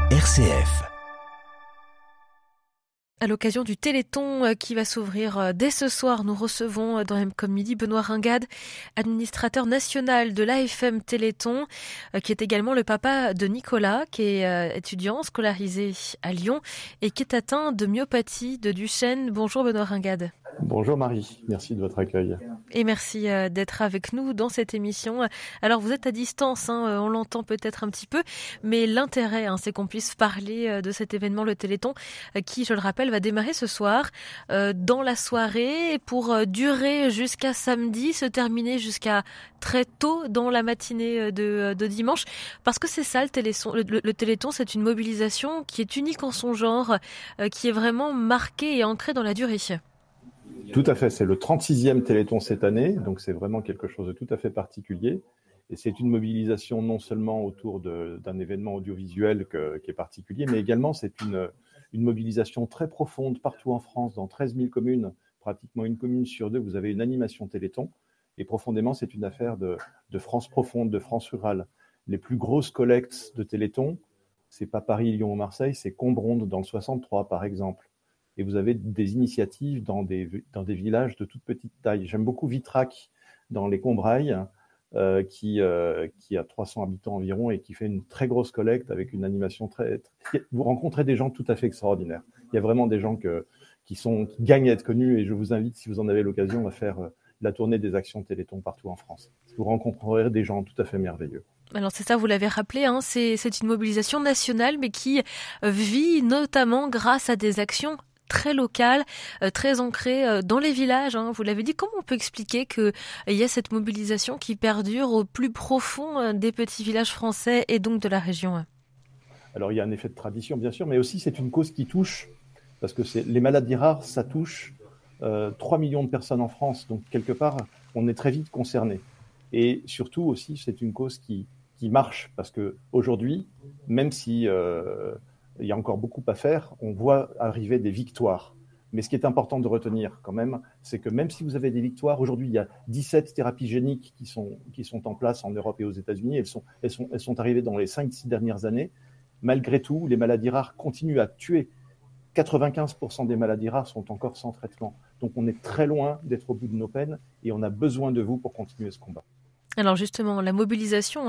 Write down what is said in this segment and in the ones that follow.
RCF. À l'occasion du Téléthon qui va s'ouvrir dès ce soir, nous recevons dans M comme Midi Benoît Ringade, administrateur national de l'AFM Téléthon, qui est également le papa de Nicolas, qui est étudiant scolarisé à Lyon et qui est atteint de myopathie de Duchenne. Bonjour Benoît Ringade. Bonjour Marie, merci de votre accueil. Et merci d'être avec nous dans cette émission. Alors vous êtes à distance, on l'entend peut-être un petit peu, mais l'intérêt, c'est qu'on puisse parler de cet événement, le Téléthon, qui, je le rappelle, va démarrer ce soir dans la soirée pour durer jusqu'à samedi, se terminer jusqu'à très tôt dans la matinée de dimanche. Parce que c'est ça le Téléthon, c'est une mobilisation qui est unique en son genre, qui est vraiment marquée et ancrée dans la durée. Tout à fait, c'est le 36e Téléthon cette année, donc c'est vraiment quelque chose de tout à fait particulier. Et c'est une mobilisation non seulement autour d'un événement audiovisuel qui est particulier, mais également c'est une mobilisation très profonde partout en France, dans 13 000 communes, pratiquement une commune sur deux, vous avez une animation Téléthon. Et profondément, c'est une affaire de France profonde, de France rurale. Les plus grosses collectes de Téléthon, c'est pas Paris, Lyon ou Marseille, c'est Combronde dans le 63 par exemple. Et vous avez des initiatives dans des villages de toute petite taille. J'aime beaucoup Vitrac dans les Combrailles, qui a 300 habitants environ et qui fait une très grosse collecte avec une animation Vous rencontrez des gens tout à fait extraordinaires. Il y a vraiment des gens qui gagnent à être connus et je vous invite, si vous en avez l'occasion, à faire la tournée des actions Téléthon partout en France. Vous rencontrerez des gens tout à fait merveilleux. Alors c'est ça, vous l'avez rappelé, c'est une mobilisation nationale mais qui vit notamment grâce à des actions très locales, très ancrées dans les villages. Vous l'avez dit, comment on peut expliquer qu'il y a cette mobilisation qui perdure au plus profond des petits villages français et donc de la région? Alors il y a un effet de tradition bien sûr, mais aussi c'est une cause qui touche, parce que les maladies rares, ça touche 3 millions de personnes en France, donc quelque part on est très vite concerné. Et surtout aussi c'est une cause qui marche, parce qu'aujourd'hui, même si il y a encore beaucoup à faire, on voit arriver des victoires. Mais ce qui est important de retenir quand même, c'est que même si vous avez des victoires, aujourd'hui il y a 17 thérapies géniques qui sont en place en Europe et aux États-Unis, elles sont arrivées dans les 5-6 dernières années. Malgré tout, les maladies rares continuent à tuer. 95% des maladies rares sont encore sans traitement. Donc on est très loin d'être au bout de nos peines et on a besoin de vous pour continuer ce combat. Alors justement, la mobilisation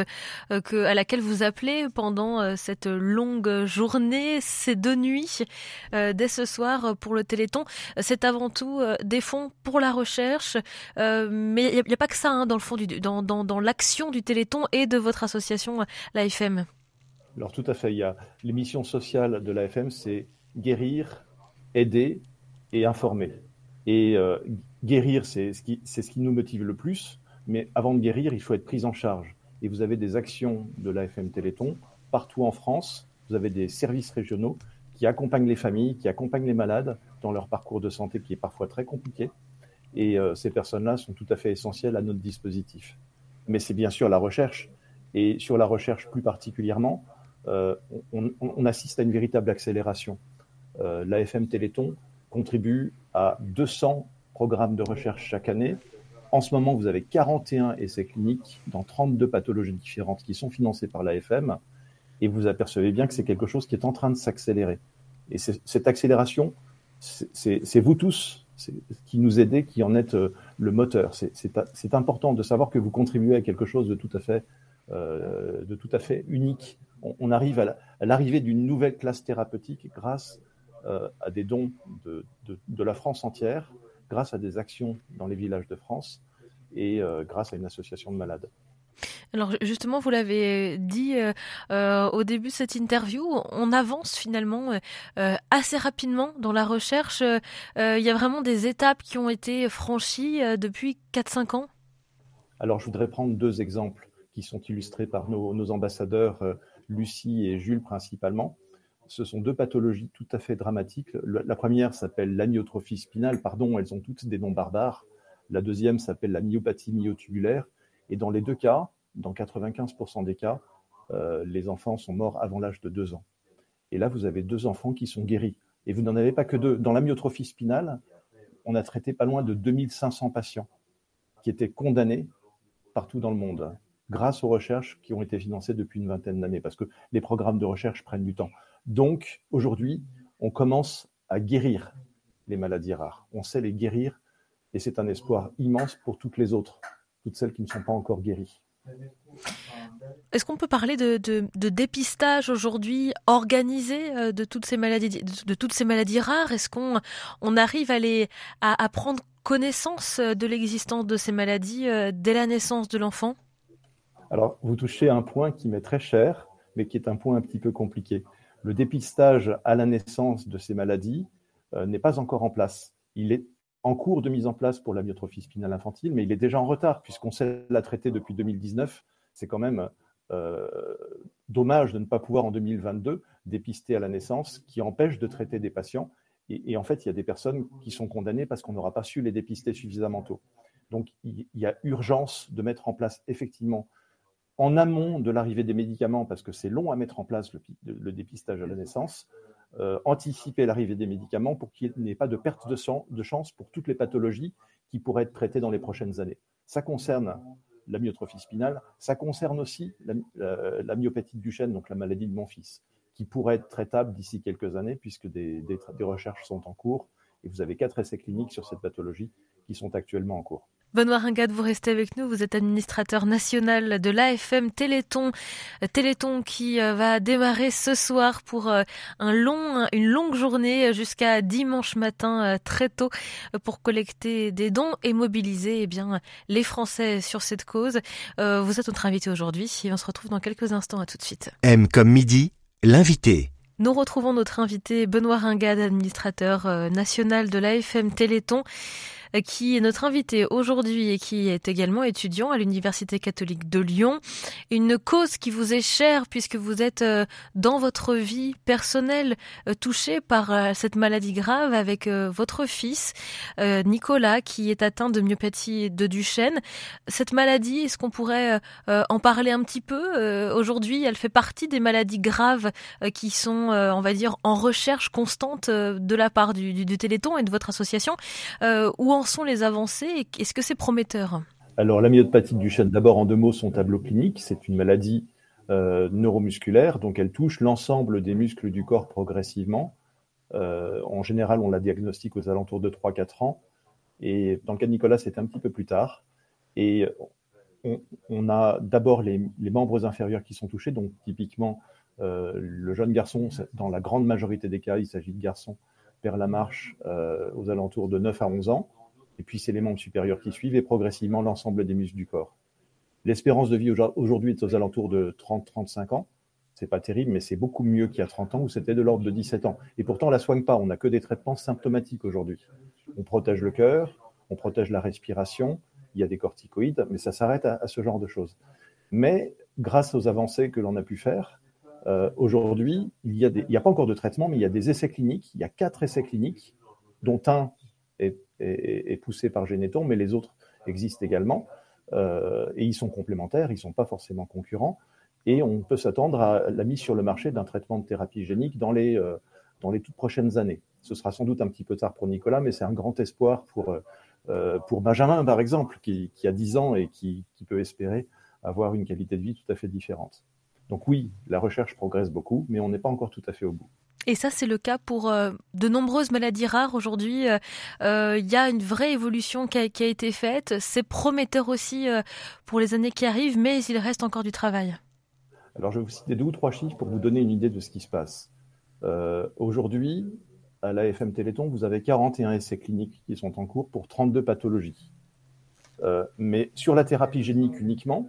à laquelle vous appelez pendant cette longue journée, ces 2 nuits, dès ce soir pour le Téléthon, c'est avant tout des fonds pour la recherche, mais il n'y a pas que ça dans le fond, dans l'action du Téléthon et de votre association, l'AFM. Alors tout à fait, il y a les missions sociales de l'AFM, c'est guérir, aider et informer. Et guérir, c'est ce qui nous motive le plus. Mais avant de guérir, il faut être pris en charge. Et vous avez des actions de l'AFM Téléthon partout en France. Vous avez des services régionaux qui accompagnent les familles, qui accompagnent les malades dans leur parcours de santé qui est parfois très compliqué. Et ces personnes-là sont tout à fait essentielles à notre dispositif. Mais c'est bien sûr la recherche. Et sur la recherche plus particulièrement, on assiste à une véritable accélération. L'AFM Téléthon contribue à 200 programmes de recherche chaque année. En ce moment, vous avez 41 essais cliniques dans 32 pathologies différentes qui sont financées par l'AFM et vous apercevez bien que c'est quelque chose qui est en train de s'accélérer. Et cette accélération, c'est vous tous qui nous aidez, qui en êtes le moteur. C'est important de savoir que vous contribuez à quelque chose de tout à fait unique. On arrive à l'arrivée d'une nouvelle classe thérapeutique grâce à des dons de la France entière, grâce à des actions dans les villages de France et grâce à une association de malades. Alors justement, vous l'avez dit au début de cette interview, on avance finalement assez rapidement dans la recherche. Il y a vraiment des étapes qui ont été franchies depuis 4-5 ans. Alors je voudrais prendre 2 exemples qui sont illustrés par nos ambassadeurs, Lucie et Jules principalement. Ce sont 2 pathologies tout à fait dramatiques. La première s'appelle l'amyotrophie spinale, elles ont toutes des noms barbares. La deuxième s'appelle la myopathie myotubulaire. Et dans les 2 cas, dans 95% des cas, les enfants sont morts avant l'âge de 2 ans. Et là, vous avez 2 enfants qui sont guéris. Et vous n'en avez pas que 2. Dans l'amyotrophie spinale, on a traité pas loin de 2500 patients qui étaient condamnés partout dans le monde. grâce aux recherches qui ont été financées depuis une vingtaine d'années, parce que les programmes de recherche prennent du temps. Donc, aujourd'hui, on commence à guérir les maladies rares. On sait les guérir, et c'est un espoir immense pour toutes les autres, toutes celles qui ne sont pas encore guéries. Est-ce qu'on peut parler de dépistage aujourd'hui organisé de toutes ces maladies rares? Est-ce qu'on arrive à prendre connaissance de l'existence de ces maladies dès la naissance de l'enfant? Alors, vous touchez à un point qui m'est très cher, mais qui est un point un petit peu compliqué. Le dépistage à la naissance de ces maladies n'est pas encore en place. Il est en cours de mise en place pour la myotrophie spinale infantile, mais il est déjà en retard, puisqu'on sait la traiter depuis 2019. C'est quand même dommage de ne pas pouvoir en 2022 dépister à la naissance, qui empêche de traiter des patients. Et en fait, il y a des personnes qui sont condamnées parce qu'on n'aura pas su les dépister suffisamment tôt. Donc, il y a urgence de mettre en place effectivement, en amont de l'arrivée des médicaments, parce que c'est long à mettre en place le dépistage à la naissance, anticiper l'arrivée des médicaments pour qu'il n'y ait pas de perte de chance pour toutes les pathologies qui pourraient être traitées dans les prochaines années. Ça concerne la myotrophie spinale, ça concerne aussi la myopathie de Duchenne, donc la maladie de mon fils, qui pourrait être traitable d'ici quelques années, puisque des recherches sont en cours, et vous avez 4 essais cliniques sur cette pathologie qui sont actuellement en cours. Benoît Ringad, vous restez avec nous, vous êtes administrateur national de l'AFM Téléthon. Téléthon qui va démarrer ce soir pour une longue journée jusqu'à dimanche matin très tôt pour collecter des dons et mobiliser les Français sur cette cause. Vous êtes notre invité aujourd'hui et on se retrouve dans quelques instants. À tout de suite. M comme midi, l'invité. Nous retrouvons notre invité Benoît Ringad, administrateur national de l'AFM Téléthon, qui est notre invité aujourd'hui et qui est également étudiant à l'Université catholique de Lyon. Une cause qui vous est chère puisque vous êtes dans votre vie personnelle touché par cette maladie grave avec votre fils Nicolas qui est atteint de myopathie de Duchenne. Cette maladie, est-ce qu'on pourrait en parler un petit peu? Aujourd'hui, elle fait partie des maladies graves qui sont, on va dire, en recherche constante de la part du Téléthon et de votre association. Où en sont les avancées? Est-ce que c'est prometteur? Alors, la myopathie de Duchenne, d'abord en 2 mots, son tableau clinique, c'est une maladie neuromusculaire, donc elle touche l'ensemble des muscles du corps progressivement. En général, on la diagnostique aux alentours de 3-4 ans, et dans le cas de Nicolas, c'est un petit peu plus tard. Et on a d'abord les membres inférieurs qui sont touchés, donc typiquement le jeune garçon, dans la grande majorité des cas, il s'agit de garçons, perd la marche aux alentours de 9 à 11 ans, et puis c'est les membres supérieurs qui suivent, et progressivement l'ensemble des muscles du corps. L'espérance de vie aujourd'hui est aux alentours de 30-35 ans. C'est pas terrible, mais c'est beaucoup mieux qu'il y a 30 ans où c'était de l'ordre de 17 ans. Et pourtant, on la soigne pas, on n'a que des traitements symptomatiques aujourd'hui. On protège le cœur, on protège la respiration, il y a des corticoïdes, mais ça s'arrête à ce genre de choses. Mais grâce aux avancées que l'on a pu faire, aujourd'hui, il y a pas encore de traitement, mais il y a des essais cliniques. Il y a 4 essais cliniques, dont un est poussé par Généton, mais les autres existent également. Et ils sont complémentaires, ils ne sont pas forcément concurrents. Et on peut s'attendre à la mise sur le marché d'un traitement de thérapie génique dans les toutes prochaines années. Ce sera sans doute un petit peu tard pour Nicolas, mais c'est un grand espoir pour Benjamin, par exemple, qui a 10 ans et qui peut espérer avoir une qualité de vie tout à fait différente. Donc oui, la recherche progresse beaucoup, mais on n'est pas encore tout à fait au bout. Et ça, c'est le cas pour de nombreuses maladies rares. Aujourd'hui, il y a une vraie évolution qui a été faite. C'est prometteur aussi pour les années qui arrivent, mais il reste encore du travail. Alors, je vais vous citer 2 ou 3 chiffres pour vous donner une idée de ce qui se passe. Aujourd'hui, à l'AFM Téléthon, vous avez 41 essais cliniques qui sont en cours pour 32 pathologies. Mais sur la thérapie génique uniquement,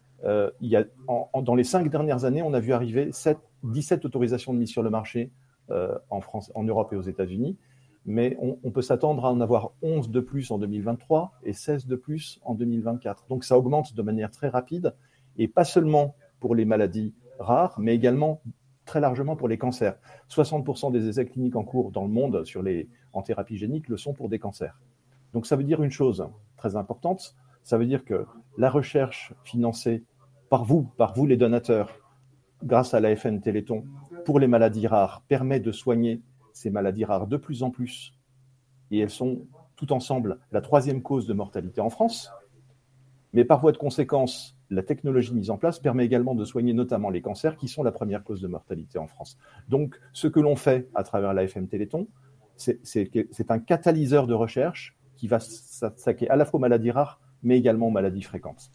dans les 5 dernières années, on a vu arriver 17 autorisations de mise sur le marché en France, en Europe et aux États-Unis, mais on peut s'attendre à en avoir 11 de plus en 2023 et 16 de plus en 2024. Donc ça augmente de manière très rapide, et pas seulement pour les maladies rares, mais également très largement pour les cancers. 60% des essais cliniques en cours dans le monde en thérapie génique le sont pour des cancers. Donc ça veut dire une chose très importante, ça veut dire que la recherche financée par vous les donateurs, grâce à l'AFM Téléthon, pour les maladies rares, permet de soigner ces maladies rares de plus en plus. Et elles sont tout ensemble la 3e cause de mortalité en France. Mais par voie de conséquence, la technologie mise en place permet également de soigner notamment les cancers qui sont la première cause de mortalité en France. Donc, ce que l'on fait à travers la FM Téléthon, c'est un catalyseur de recherche qui va s'attaquer à la fois aux maladies rares, mais également aux maladies fréquentes.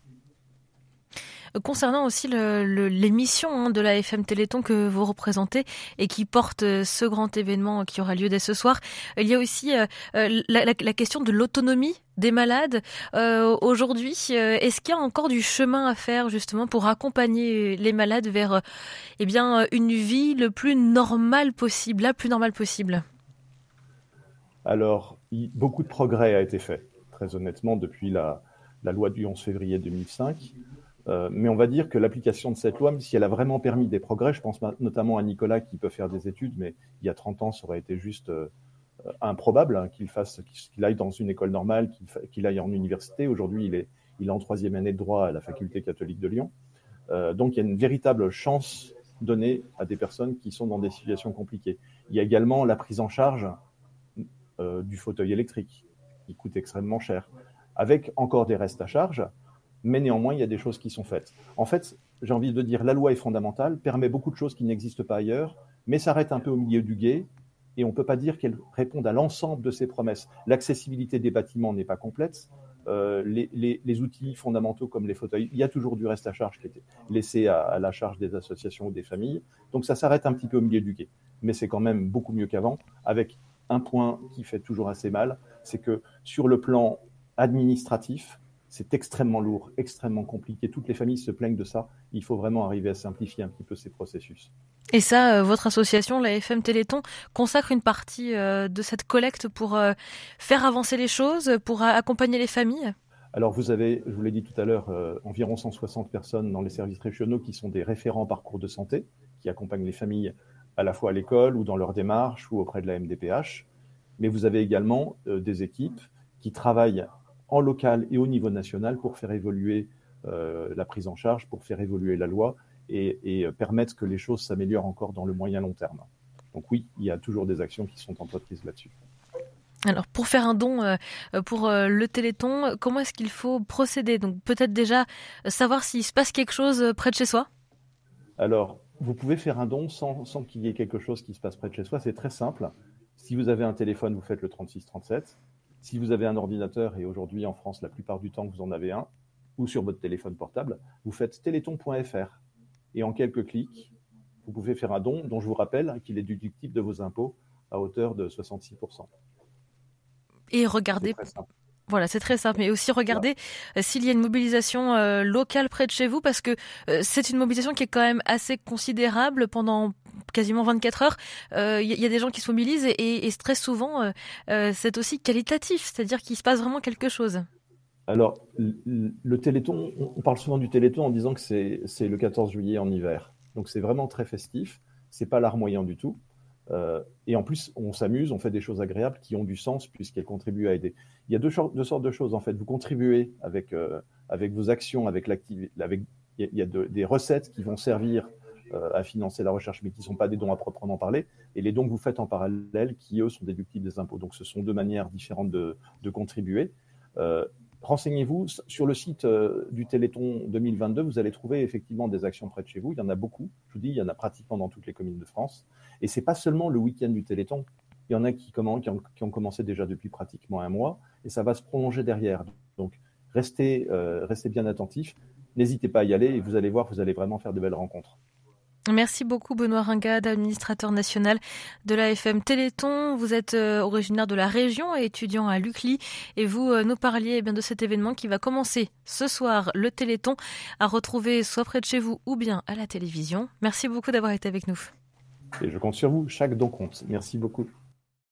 Concernant aussi l'émission de la FM Téléthon que vous représentez et qui porte ce grand événement qui aura lieu dès ce soir, il y a aussi la question de l'autonomie des malades. Aujourd'hui, est-ce qu'il y a encore du chemin à faire justement pour accompagner les malades vers une vie le plus normale possible, la plus normale possible ? Alors, beaucoup de progrès a été fait, très honnêtement, depuis la loi du 11 février 2005. Mais on va dire que l'application de cette loi, même si elle a vraiment permis des progrès, je pense notamment à Nicolas qui peut faire des études, mais il y a 30 ans, ça aurait été juste improbable qu'il aille dans une école normale, qu'il aille en université. Aujourd'hui, il est en 3e année de droit à la faculté catholique de Lyon. Donc, il y a une véritable chance donnée à des personnes qui sont dans des situations compliquées. Il y a également la prise en charge du fauteuil électrique, qui coûte extrêmement cher, avec encore des restes à charge. Mais néanmoins, il y a des choses qui sont faites. En fait, j'ai envie de dire, la loi est fondamentale, permet beaucoup de choses qui n'existent pas ailleurs, mais s'arrête un peu au milieu du gué, et on ne peut pas dire qu'elle réponde à l'ensemble de ses promesses. L'accessibilité des bâtiments n'est pas complète, les outils fondamentaux comme les fauteuils, il y a toujours du reste à charge qui est laissé à la charge des associations ou des familles, donc ça s'arrête un petit peu au milieu du gué. Mais c'est quand même beaucoup mieux qu'avant, avec un point qui fait toujours assez mal, c'est que sur le plan administratif, c'est extrêmement lourd, extrêmement compliqué. Toutes les familles se plaignent de ça. Il faut vraiment arriver à simplifier un petit peu ces processus. Et ça, votre association, la FM Téléthon, consacre une partie de cette collecte pour faire avancer les choses, pour accompagner les familles ? Alors vous avez, je vous l'ai dit tout à l'heure, environ 160 personnes dans les services régionaux qui sont des référents parcours de santé, qui accompagnent les familles à la fois à l'école ou dans leur démarche ou auprès de la MDPH. Mais vous avez également des équipes qui travaillent en local et au niveau national pour faire évoluer la prise en charge, pour faire évoluer la loi et permettre que les choses s'améliorent encore dans le moyen long terme. Donc oui, il y a toujours des actions qui sont entreprises là-dessus. Alors pour faire un don pour le Téléthon, comment est-ce qu'il faut procéder ? Donc peut-être déjà savoir s'il se passe quelque chose près de chez soi ? Alors, vous pouvez faire un don sans qu'il y ait quelque chose qui se passe près de chez soi. C'est très simple. Si vous avez un téléphone, vous faites le 3637. Si vous avez un ordinateur, et aujourd'hui en France, la plupart du temps, vous en avez un, ou sur votre téléphone portable, vous faites téléthon.fr. Et en quelques clics, vous pouvez faire un don dont je vous rappelle qu'il est déductible de vos impôts à hauteur de 66%. Et regardez, voilà, c'est très simple. Mais aussi regardez s'il y a une mobilisation locale près de chez vous, parce que c'est une mobilisation qui est quand même assez considérable pendant quasiment 24 heures. Il y a des gens qui se mobilisent et très souvent, c'est aussi qualitatif, c'est-à-dire qu'il se passe vraiment quelque chose. Alors, le Téléthon, on parle souvent du Téléthon en disant que c'est le 14 juillet en hiver. Donc, c'est vraiment très festif. C'est pas larmoyant du tout. Et en plus, on s'amuse, on fait des choses agréables qui ont du sens puisqu'elles contribuent à aider. Il y a deux sortes de choses en fait. Vous contribuez avec vos actions, avec l'activité. Il y a des recettes qui vont servir à financer la recherche, mais qui ne sont pas des dons à proprement parler. Et les dons que vous faites en parallèle, qui eux sont déductibles des impôts. Donc, ce sont deux manières différentes de contribuer. Renseignez-vous sur le site du Téléthon 2022. Vous allez trouver effectivement des actions près de chez vous. Il y en a beaucoup. Je vous dis, il y en a pratiquement dans toutes les communes de France. Et c'est pas seulement le week-end du Téléthon. Il y en a qui ont commencé déjà depuis pratiquement un mois, et ça va se prolonger derrière. Donc, restez bien attentifs. N'hésitez pas à y aller, et vous allez voir, vous allez vraiment faire de belles rencontres. Merci beaucoup Benoît Ringade, administrateur national de la FM Téléthon. Vous êtes originaire de la région et étudiant à l'UCLI, et vous nous parliez de cet événement qui va commencer ce soir, le Téléthon, à retrouver soit près de chez vous ou bien à la télévision. Merci beaucoup d'avoir été avec nous. Et je compte sur vous, chaque don compte. Merci beaucoup.